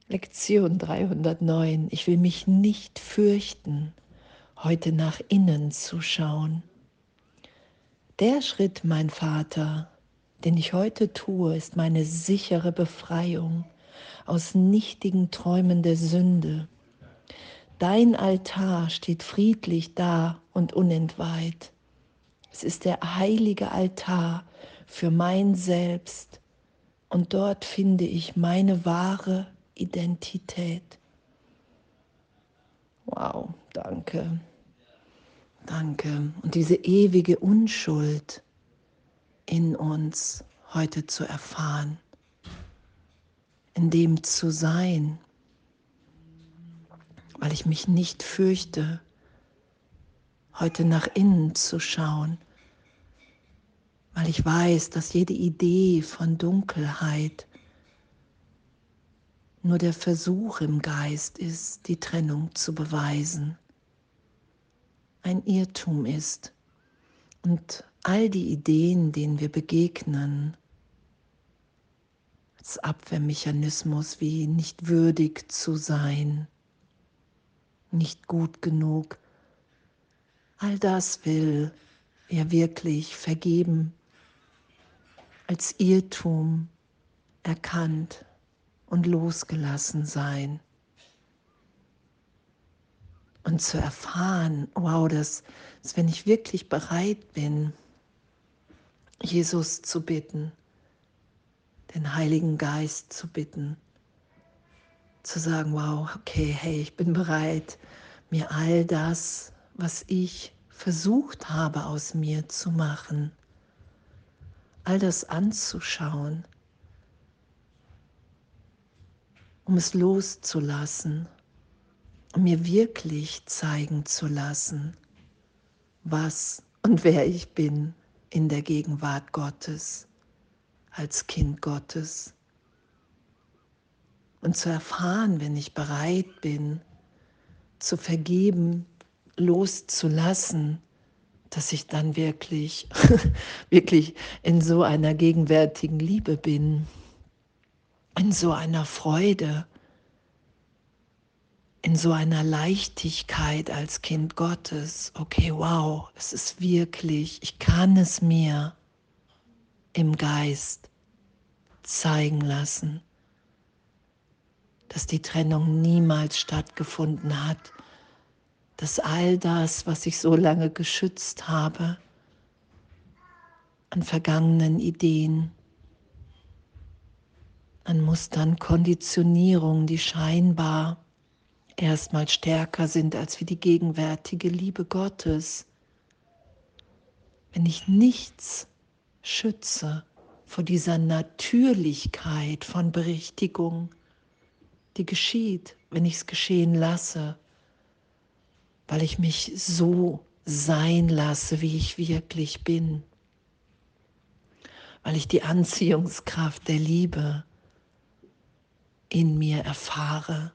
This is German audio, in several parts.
Lektion 309. Ich will mich nicht fürchten, heute nach innen zu schauen. Der Schritt, mein Vater, den ich heute tue, ist meine sichere Befreiung aus nichtigen Träumen der Sünde. Dein Altar steht friedlich da und unentweiht. Es ist der heilige Altar für mein Selbst und dort finde ich meine wahre Identität. Wow, danke, danke. Und diese ewige Unschuld in uns heute zu erfahren, in dem zu sein, weil ich mich nicht fürchte, heute nach innen zu schauen, weil ich weiß, dass jede Idee von Dunkelheit nur der Versuch im Geist ist, die Trennung zu beweisen, ein Irrtum ist. Und all die Ideen, denen wir begegnen, als Abwehrmechanismus wie nicht würdig zu sein, nicht gut genug, all das will er wirklich vergeben, als Irrtum erkannt und losgelassen sein. Und zu erfahren, wow, dass wenn ich wirklich bereit bin, Jesus zu bitten, den Heiligen Geist zu bitten, zu sagen, wow, okay, hey, ich bin bereit, mir all das, was ich versucht habe aus mir zu machen, all das anzuschauen, um es loszulassen, um mir wirklich zeigen zu lassen, was und wer ich bin in der Gegenwart Gottes, als Kind Gottes. Und zu erfahren, wenn ich bereit bin, zu vergeben, loszulassen, dass ich dann wirklich, wirklich in so einer gegenwärtigen Liebe bin, in so einer Freude, in so einer Leichtigkeit als Kind Gottes. Okay, wow, es ist wirklich, ich kann es mir im Geist zeigen lassen, dass die Trennung niemals stattgefunden hat, dass all das, was ich so lange geschützt habe, an vergangenen Ideen, an Mustern, Konditionierungen, die scheinbar erstmal stärker sind als wie die gegenwärtige Liebe Gottes. Wenn ich nichts schütze vor dieser Natürlichkeit von Berichtigung, die geschieht, wenn ich es geschehen lasse, weil ich mich so sein lasse, wie ich wirklich bin, weil ich die Anziehungskraft der Liebe in mir erfahre,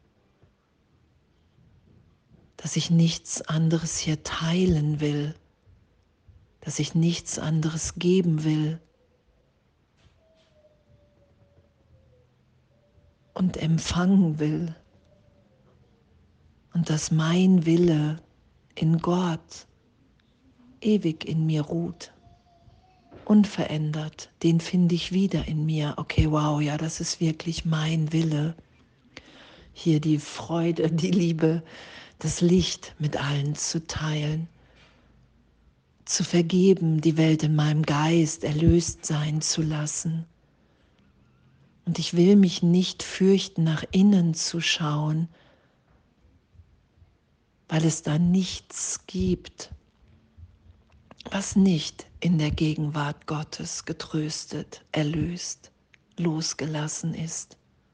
dass ich nichts anderes hier teilen will, dass ich nichts anderes geben will und empfangen will und dass mein Wille in Gott ewig in mir ruht, unverändert, den finde ich wieder in mir. Okay, wow, ja, das ist wirklich mein Wille. Hier die Freude, die Liebe, das Licht mit allen zu teilen, zu vergeben, die Welt in meinem Geist erlöst sein zu lassen. Und ich will mich nicht fürchten, nach innen zu schauen, weil es da nichts gibt, was nicht in der Gegenwart Gottes getröstet, erlöst, losgelassen ist.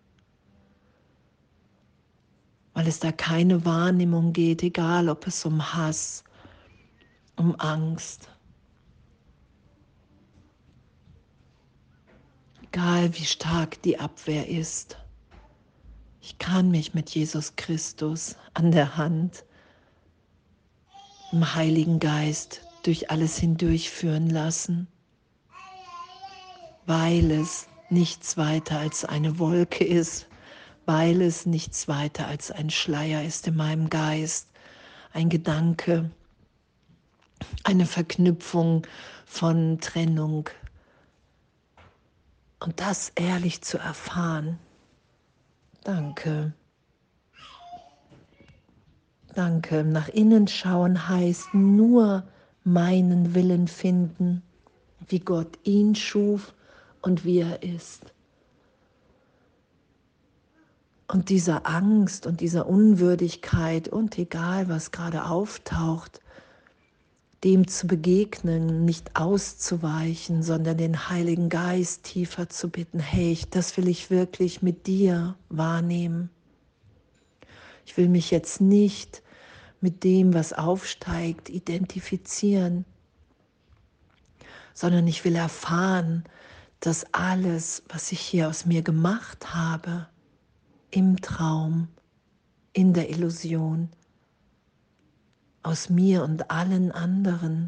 Weil es da keine Wahrnehmung geht, egal ob es um Hass, um Angst, egal wie stark die Abwehr ist. Ich kann mich mit Jesus Christus an der Hand, im Heiligen Geist durch alles hindurchführen lassen, weil es nichts weiter als eine Wolke ist, weil es nichts weiter als ein Schleier ist in meinem Geist, ein Gedanke, eine Verknüpfung von Trennung. Und das ehrlich zu erfahren. Danke. Danke. Nach innen schauen heißt nur meinen Willen finden, wie Gott ihn schuf und wie er ist. Und dieser Angst und dieser Unwürdigkeit und egal, was gerade auftaucht, dem zu begegnen, nicht auszuweichen, sondern den Heiligen Geist tiefer zu bitten, hey, das will ich wirklich mit dir wahrnehmen. Ich will mich jetzt nicht mit dem, was aufsteigt, identifizieren, sondern ich will erfahren, dass alles, was ich hier aus mir gemacht habe, im Traum, in der Illusion, aus mir und allen anderen,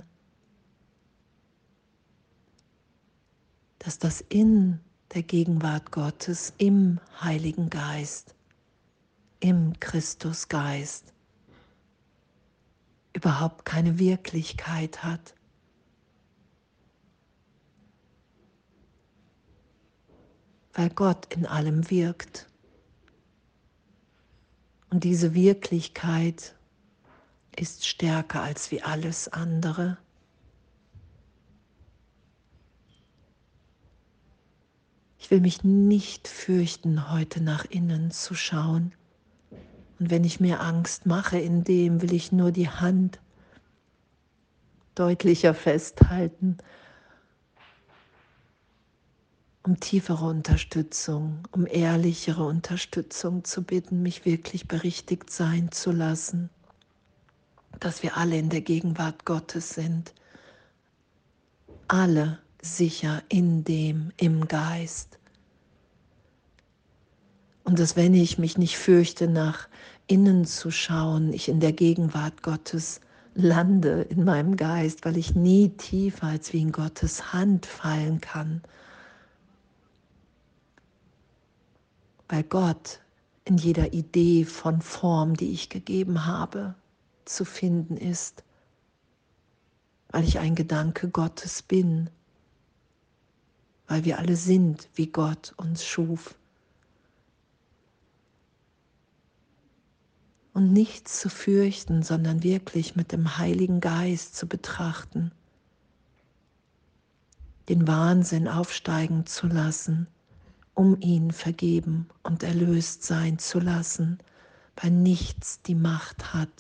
dass das in der Gegenwart Gottes, im Heiligen Geist, im Christusgeist überhaupt keine Wirklichkeit hat. Weil Gott in allem wirkt. Und diese Wirklichkeit ist stärker als wie alles andere. Ich will mich nicht fürchten, heute nach innen zu schauen. Und wenn ich mir Angst mache, in dem will ich nur die Hand deutlicher festhalten, um tiefere Unterstützung, um ehrlichere Unterstützung zu bitten, mich wirklich berichtigt sein zu lassen, dass wir alle in der Gegenwart Gottes sind, alle sicher in dem, im Geist. Und dass wenn ich mich nicht fürchte, nach innen zu schauen, ich in der Gegenwart Gottes lande in meinem Geist, weil ich nie tiefer als wie in Gottes Hand fallen kann. Weil Gott in jeder Idee von Form, die ich gegeben habe, zu finden ist. Weil ich ein Gedanke Gottes bin. Weil wir alle sind, wie Gott uns schuf. Und nichts zu fürchten, sondern wirklich mit dem Heiligen Geist zu betrachten, den Wahnsinn aufsteigen zu lassen, um ihn vergeben und erlöst sein zu lassen, weil nichts die Macht hat,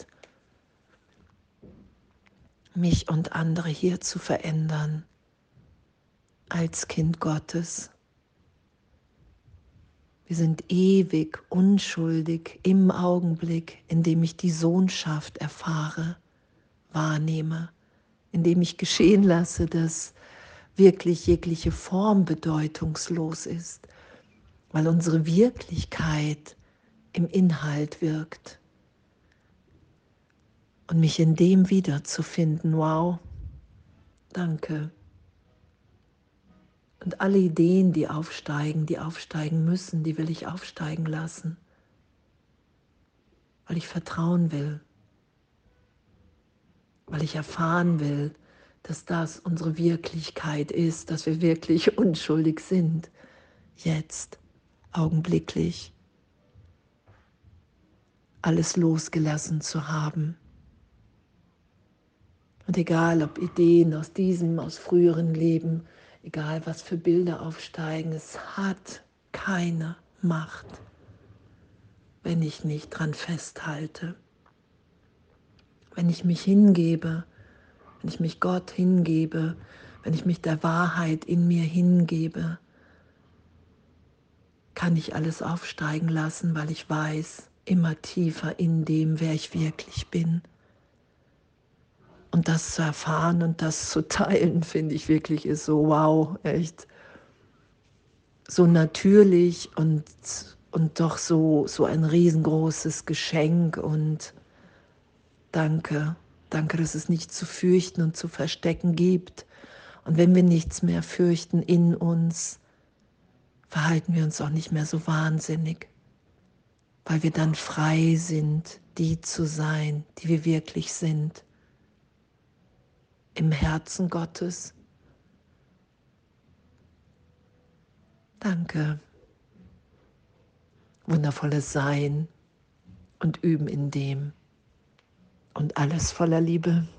mich und andere hier zu verändern als Kind Gottes. Wir sind ewig unschuldig im Augenblick, in dem ich die Sohnschaft erfahre, wahrnehme, in dem ich geschehen lasse, dass wirklich jegliche Form bedeutungslos ist, weil unsere Wirklichkeit im Inhalt wirkt. Und mich in dem wiederzufinden, wow, danke. Und alle Ideen, die aufsteigen müssen, die will ich aufsteigen lassen, weil ich vertrauen will, weil ich erfahren will, dass das unsere Wirklichkeit ist, dass wir wirklich unschuldig sind, jetzt, augenblicklich, alles losgelassen zu haben. Und egal, ob Ideen aus diesem, aus früheren Leben, egal was für Bilder aufsteigen, es hat keine Macht, wenn ich nicht dran festhalte. Wenn ich mich hingebe, wenn ich mich Gott hingebe, wenn ich mich der Wahrheit in mir hingebe, kann ich alles aufsteigen lassen, weil ich weiß, immer tiefer in dem, wer ich wirklich bin. Und das zu erfahren und das zu teilen, finde ich wirklich ist so wow, echt so natürlich und doch so ein riesengroßes Geschenk und danke, danke, dass es nichts zu fürchten und zu verstecken gibt. Und wenn wir nichts mehr fürchten in uns, verhalten wir uns auch nicht mehr so wahnsinnig. weil wir dann frei sind, die zu sein, die wir wirklich sind, im Herzen Gottes. Danke. Wundervolles Sein und Üben in dem und alles voller Liebe.